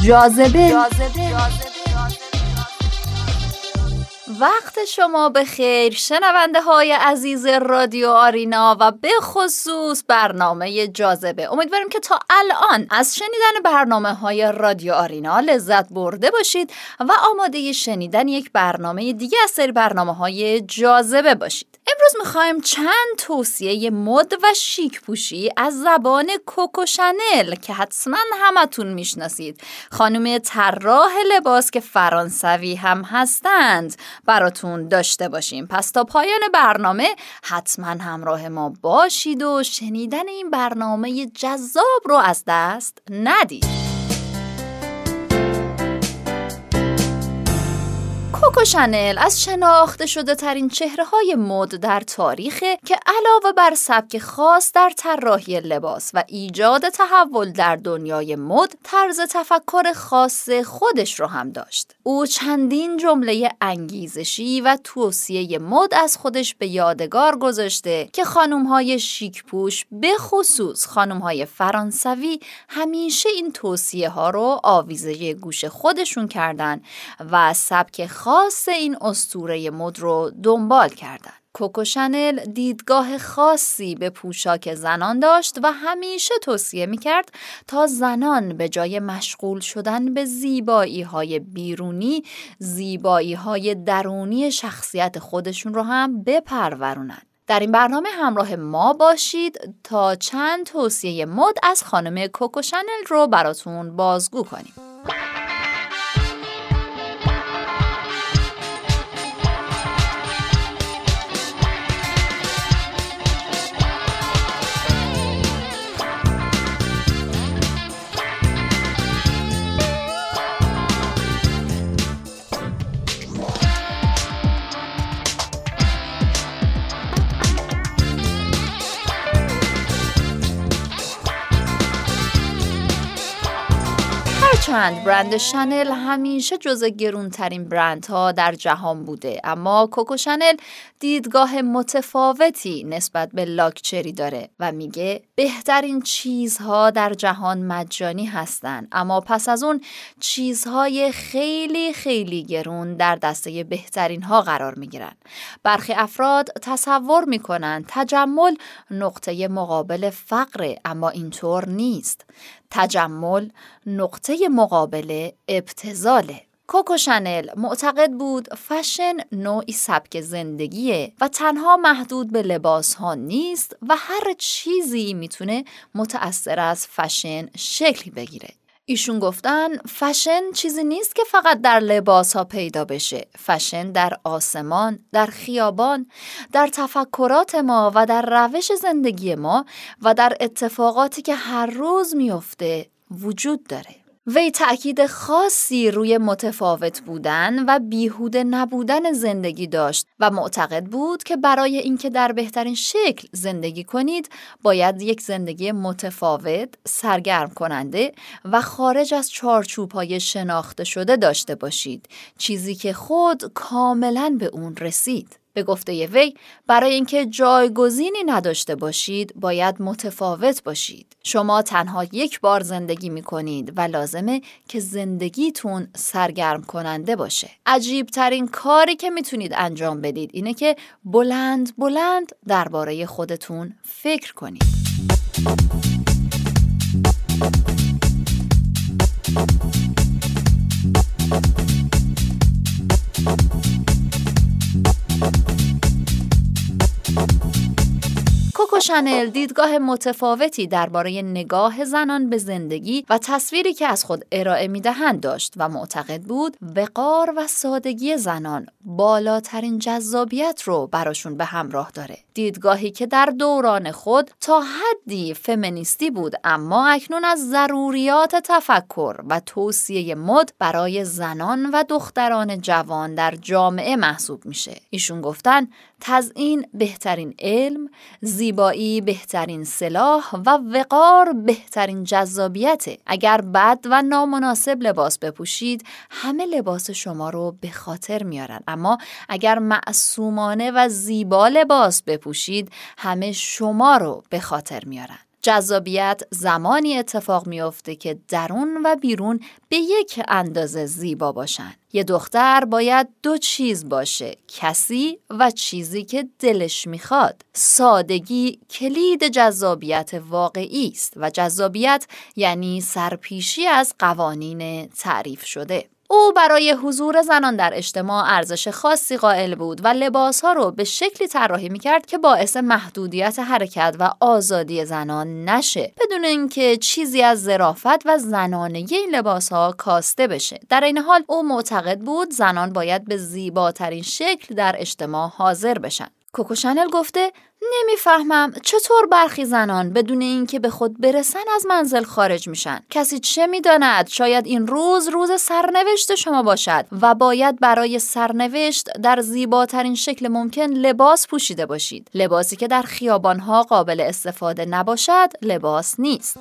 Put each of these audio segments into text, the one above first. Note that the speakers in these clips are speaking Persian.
جاذبه. وقت شما بخیر شنونده های عزیز رادیو آرینا و به خصوص برنامه جاذبه. امیدواریم که تا الان از شنیدن برنامه های رادیو آرینا لذت برده باشید و آماده شنیدن یک برنامه دیگه از سری برنامه های جاذبه باشید. امروز میخوایم چند توصیه مد و شیک پوشی از زبان کوکو شانل که حتما همتون میشناسید، خانم طراح لباس که فرانسوی هم هستند، براتون داشته باشیم. پس تا پایان برنامه حتما همراه ما باشید و شنیدن این برنامه جذاب رو از دست ندید. کوکو شانل از شناخته شده ترین چهره های مد در تاریخه که علاوه بر سبک خاص در طراحی لباس و ایجاد تحول در دنیای مد، طرز تفکر خاص خودش رو هم داشت. او چندین جمله انگیزشی و توصیه مد از خودش به یادگار گذاشته که خانم‌های شیک پوش به خصوص خانم‌های فرانسوی همیشه این توصیه ها رو آویزه گوش خودشون کردن و سبک خاص این اسطوره مد رو دنبال کردن. کوکو شانل دیدگاه خاصی به پوشاک زنان داشت و همیشه توصیه میکرد تا زنان به جای مشغول شدن به زیبایی‌های بیرونی، زیبایی‌های درونی شخصیت خودشون رو هم بپرورونن. در این برنامه همراه ما باشید تا چند توصیه مد از خانم کوکو شانل رو براتون بازگو کنیم. چند برند شانل همیشه جزو گرونترین برندها در جهان بوده، اما کوکو شانل دیدگاه متفاوتی نسبت به لاکچری داره و میگه بهترین چیزها در جهان مجانی هستن، اما پس از اون چیزهای خیلی خیلی گرون در دسته بهترین ها قرار میگیرن. برخی افراد تصور میکنن تجمل نقطه مقابل فقره، اما اینطور نیست. تجمل نقطه مقابل ابتذاله. کوکو شانل معتقد بود فشن نوعی سبک زندگیه و تنها محدود به لباس ها نیست و هر چیزی میتونه متأثر از فشن شکل بگیره. ایشون گفتن فشن چیزی نیست که فقط در لباس ها پیدا بشه. فشن در آسمان، در خیابان، در تفکرات ما و در روش زندگی ما و در اتفاقاتی که هر روز میفته وجود داره. وی تأکید خاصی روی متفاوت بودن و بیهوده نبودن زندگی داشت و معتقد بود که برای اینکه در بهترین شکل زندگی کنید باید یک زندگی متفاوت، سرگرم کننده و خارج از چارچوب‌های شناخته شده داشته باشید، چیزی که خود کاملاً به اون رسید. به گفته وی برای اینکه جایگزینی نداشته باشید باید متفاوت باشید. شما تنها یک بار زندگی می‌کنید و لازمه که زندگیتون سرگرم کننده باشه. عجیب ترین کاری که میتونید انجام بدید اینه که بلند بلند درباره خودتون فکر کنید. کوکو شانل دیدگاه متفاوتی درباره نگاه زنان به زندگی و تصویری که از خود ارائه می‌دهند داشت و معتقد بود وقار و سادگی زنان بالاترین جذابیت رو براشون به همراه داره. دیدگاهی که در دوران خود تا حدی فمینیستی بود، اما اکنون از ضروریات تفکر و توصیه مد برای زنان و دختران جوان در جامعه محسوب میشه. ایشون گفتن تزیین بهترین علم، زیبایی بهترین سلاح و وقار بهترین جذابیته. اگر بد و نامناسب لباس بپوشید همه لباس شما رو به خاطر میارن، اما اگر معصومانه و زیبا لباس بپوشید همه شما رو به خاطر میارن. جذابیت زمانی اتفاق میفته که درون و بیرون به یک اندازه زیبا باشن. یه دختر باید دو چیز باشه، کسی و چیزی که دلش میخواد. سادگی کلید جذابیت واقعی است و جذابیت یعنی سرپیشی از قوانین تعریف شده. او برای حضور زنان در اجتماع ارزش خاصی قائل بود و لباسها رو به شکلی طراحی میکرد که باعث محدودیت حرکت و آزادی زنان نشه، بدون اینکه چیزی از ظرافت و زنانگی این لباسها کاسته بشه. در این حال او معتقد بود زنان باید به زیباترین شکل در اجتماع حاضر بشن. کوکو شانل گفته نمیفهمم چطور برخی زنان بدون اینکه به خود برسن از منزل خارج میشن. کسی چه میداند؟ شاید این روز سرنوشت شما باشد و باید برای سرنوشت در زیباترین شکل ممکن لباس پوشیده باشید. لباسی که در خیابانها قابل استفاده نباشد لباس نیست.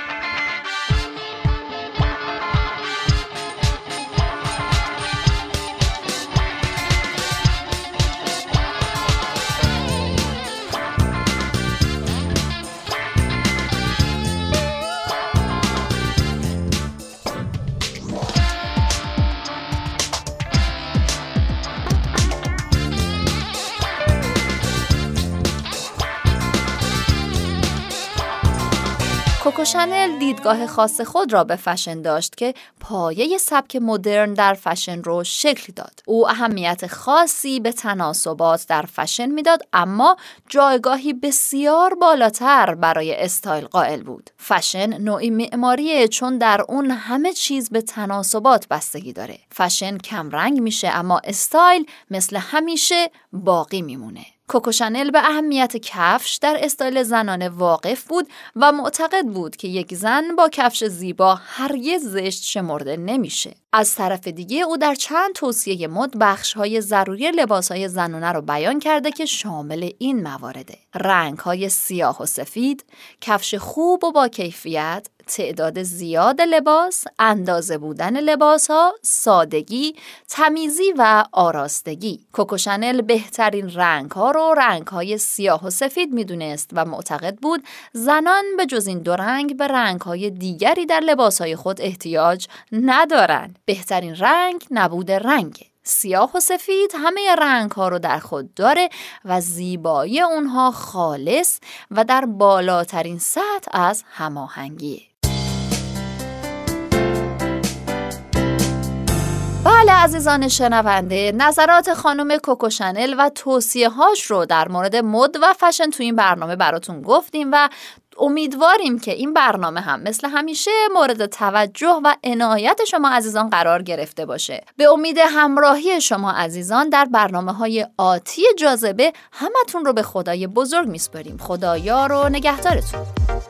کوکو شانل دیدگاه خاص خود را به فشن داشت که پایه سبک مدرن در فشن رو شکل داد. او اهمیت خاصی به تناسبات در فشن میداد، اما جایگاهی بسیار بالاتر برای استایل قائل بود. فشن نوعی معماریه، چون در اون همه چیز به تناسبات بستگی داره. فشن کم رنگ میشه، اما استایل مثل همیشه باقی میمونه. کوکو شانل به اهمیت کفش در استایل زنانه واقف بود و معتقد بود که یک زن با کفش زیبا هرگز زشت شمرده نمیشه. از طرف دیگه او در چند توصیه مد بخش‌های ضروری لباس‌های زنانه رو بیان کرده که شامل این موارده: رنگ‌های سیاه و سفید، کفش خوب و با کیفیت، تعداد زیاد لباس، اندازه بودن لباس‌ها، سادگی، تمیزی و آراستگی. کوکو شانل بهترین رنگ‌ها رو رنگ‌های سیاه و سفید می‌دونست و معتقد بود زنان به جز این دو رنگ به رنگ‌های دیگری در لباس‌های خود احتیاج ندارند. بهترین رنگ نبود رنگه. سیاه و سفید همه رنگ‌ها رو در خود داره و زیبایی اونها خالص و در بالاترین سطح از هماهنگیه. بله عزیزان شنونده، نظرات خانم کوکو شانل و توصیه‌هاش رو در مورد مد و فشن تو این برنامه براتون گفتیم و امیدواریم که این برنامه هم مثل همیشه مورد توجه و عنایت شما عزیزان قرار گرفته باشه. به امید همراهی شما عزیزان در برنامه‌های آتی جاذبه، همتون رو به خدای بزرگ میسپاریم. خدایا رو نگهدارتون.